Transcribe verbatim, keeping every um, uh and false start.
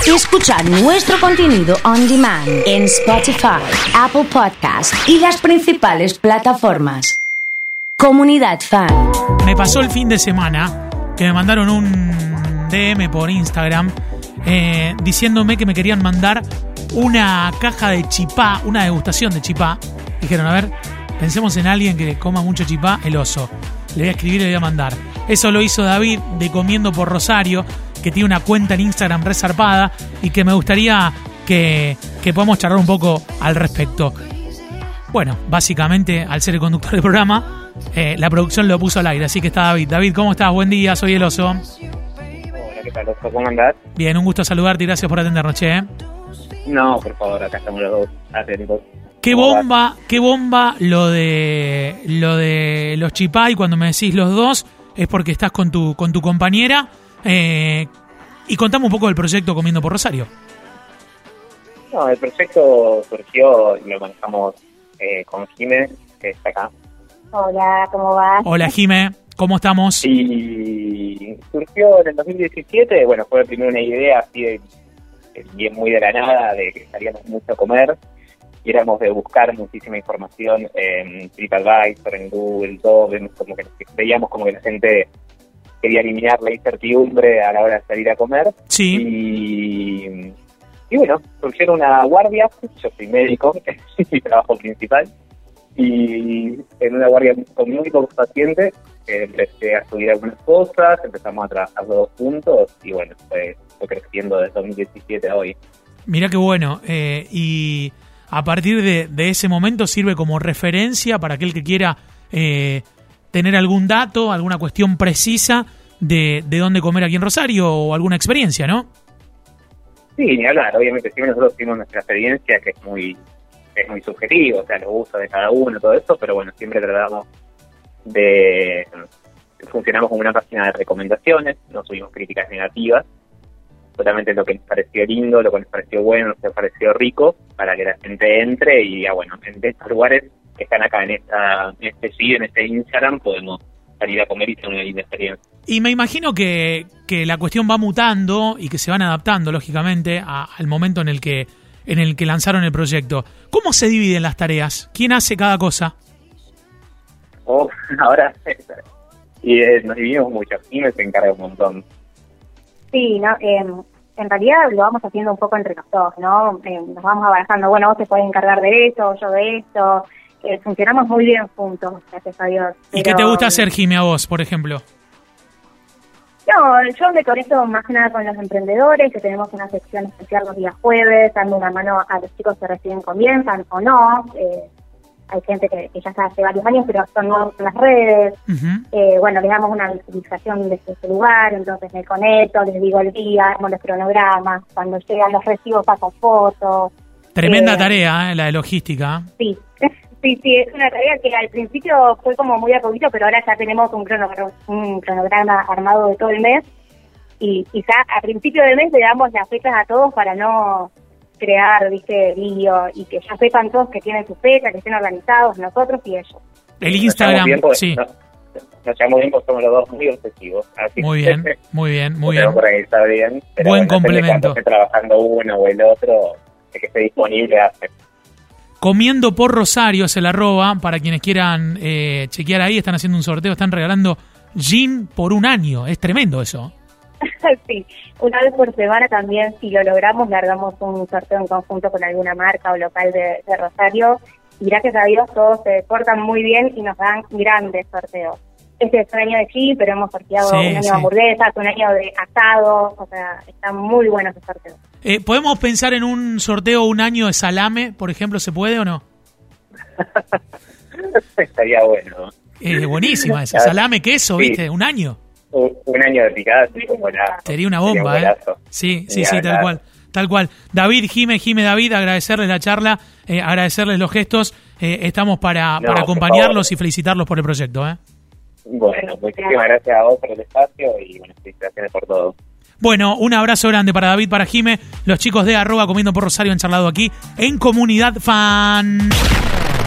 Escuchad nuestro contenido on demand en Spotify, Apple Podcast y las principales plataformas. Comunidad Fan. Me pasó el fin de semana que me mandaron un D M por Instagram eh, diciéndome que me querían mandar una caja de chipá, una degustación de chipá. Dijeron, a ver, pensemos en alguien que coma mucho chipá, el oso. Le voy a escribir y le voy a mandar. Eso lo hizo David de Comiendo por Rosario, que tiene una cuenta en Instagram resarpada y que me gustaría que, que podamos charlar un poco al respecto. Bueno, básicamente, al ser el conductor del programa, eh, la producción lo puso al aire, así que está David. David, ¿cómo estás? Buen día, soy el oso. Hola, ¿qué tal, oso? ¿Cómo andás? Bien, un gusto saludarte y gracias por atendernos, che. ¿eh? No, por favor, acá estamos los dos atentos. Qué bomba, qué bomba lo de lo de los chipá, y cuando me decís los dos es porque estás con tu con tu compañera. Eh, y contame un poco del proyecto Comiendo por Rosario. No, el proyecto surgió y lo manejamos eh, con Jime, que está acá. Hola, ¿cómo vas? Hola, Jime, ¿cómo estamos? Y surgió en el dos mil diecisiete, bueno, fue primero una idea así de, de bien muy de la nada, de que salíamos mucho a comer, y éramos de buscar muchísima información en TripAdvisor, en Google, todo, vemos como que veíamos como que la gente quería eliminar la incertidumbre a la hora de salir a comer. Sí. Y, y bueno, surgieron una guardia, yo soy médico, es mi trabajo principal, y en una guardia con muy pocos pacientes eh, empecé a estudiar algunas cosas, empezamos a trabajar los dos juntos, y bueno, fue, fue creciendo desde dos mil diecisiete a hoy. Mirá qué bueno, eh, y a partir de, de ese momento sirve como referencia para aquel que quiera eh, tener algún dato, alguna cuestión precisa de, de dónde comer aquí en Rosario o alguna experiencia, ¿no? Sí, ni hablar, obviamente si nosotros tenemos nuestra experiencia que es muy es muy subjetivo, o sea, los gustos de cada uno, todo eso, pero bueno, siempre tratamos de... funcionamos como una página de recomendaciones, no subimos críticas negativas, solamente lo que nos pareció lindo, lo que nos pareció bueno, lo que nos pareció rico, para que la gente entre y ya bueno, en estos lugares que están acá en esta en este feed, en este Instagram, podemos salir a comer y tener una linda experiencia. Y me imagino que, que la cuestión va mutando y que se van adaptando, lógicamente, a, al momento en el que en el que lanzaron el proyecto. ¿Cómo se dividen las tareas? ¿Quién hace cada cosa? Oh, ahora y eh, nos dividimos mucho, y me se encarga un montón. Sí, no, eh, en realidad lo vamos haciendo un poco entre los dos, ¿no? Eh, nos vamos abarcando, bueno, vos te podés encargar de esto, yo de esto. Eh, funcionamos muy bien juntos, gracias a Dios. ¿Y pero, qué te gusta hacer, Jimmy, a vos, por ejemplo? No, yo me conecto más que nada con los emprendedores, que tenemos una sección especial los días jueves, dando una mano a los chicos que recién comienzan o no. Eh, hay gente que, que ya está hace varios años, pero son nuevos en las redes. Uh-huh. Eh, bueno, les damos una visibilización de ese lugar, entonces me conecto, les digo el día, armo los cronogramas, cuando llegan los recibos saco fotos. Tremenda eh, tarea, ¿eh? La de logística. Sí, sí, sí, es una tarea que al principio fue como muy a poquito, pero ahora ya tenemos un cronograma, un cronograma armado de todo el mes, y quizá a principio del mes le damos las fechas a todos para no crear, viste, lío, y que ya sepan todos que tienen sus fechas, que estén organizados, nosotros y ellos. El Instagram, Tiempo, sí. No, nos llevamos bien porque somos los dos muy obsesivos. Así Muy bien, muy bien, muy bien. Tenemos que organizar bien. Pero Buen bueno, complemento. Cuando esté trabajando uno o el otro, de que esté disponible hace. Comiendo por Rosario es el arroba, para quienes quieran eh, chequear ahí, están haciendo un sorteo, están regalando gin por un año, es tremendo eso. Sí, una vez por semana también, si lo logramos, largamos un sorteo en conjunto con alguna marca o local de, de Rosario, y gracias a Dios todos se portan muy bien y nos dan grandes sorteos. Este es un año de gin, pero hemos sorteado Sí, un año sí. de hamburguesas, un año de asado, o sea, están muy buenos los sorteos. Eh, ¿Podemos pensar en un sorteo un año de salame, por ejemplo, se puede o no? Estaría bueno. Eh, buenísima esa, salame, queso, Sí. ¿viste? Un año. Un, un año de picada sería un golazo. Sería una Sería bomba, un ¿eh? golazo. Sí, sí, Ni sí, tal hablar. cual. Tal cual. David, Jime, Jime, David, agradecerles la charla, eh, agradecerles los gestos. Eh, estamos para, No, para por acompañarlos favor. y felicitarlos por el proyecto, ¿eh? Bueno, muchísimas gracias a vos por el espacio y bueno, felicitaciones por todo. Bueno, un abrazo grande para David, para Jime. Los chicos de arroba Comiendo por Rosario han charlado aquí en Comunidad Fan.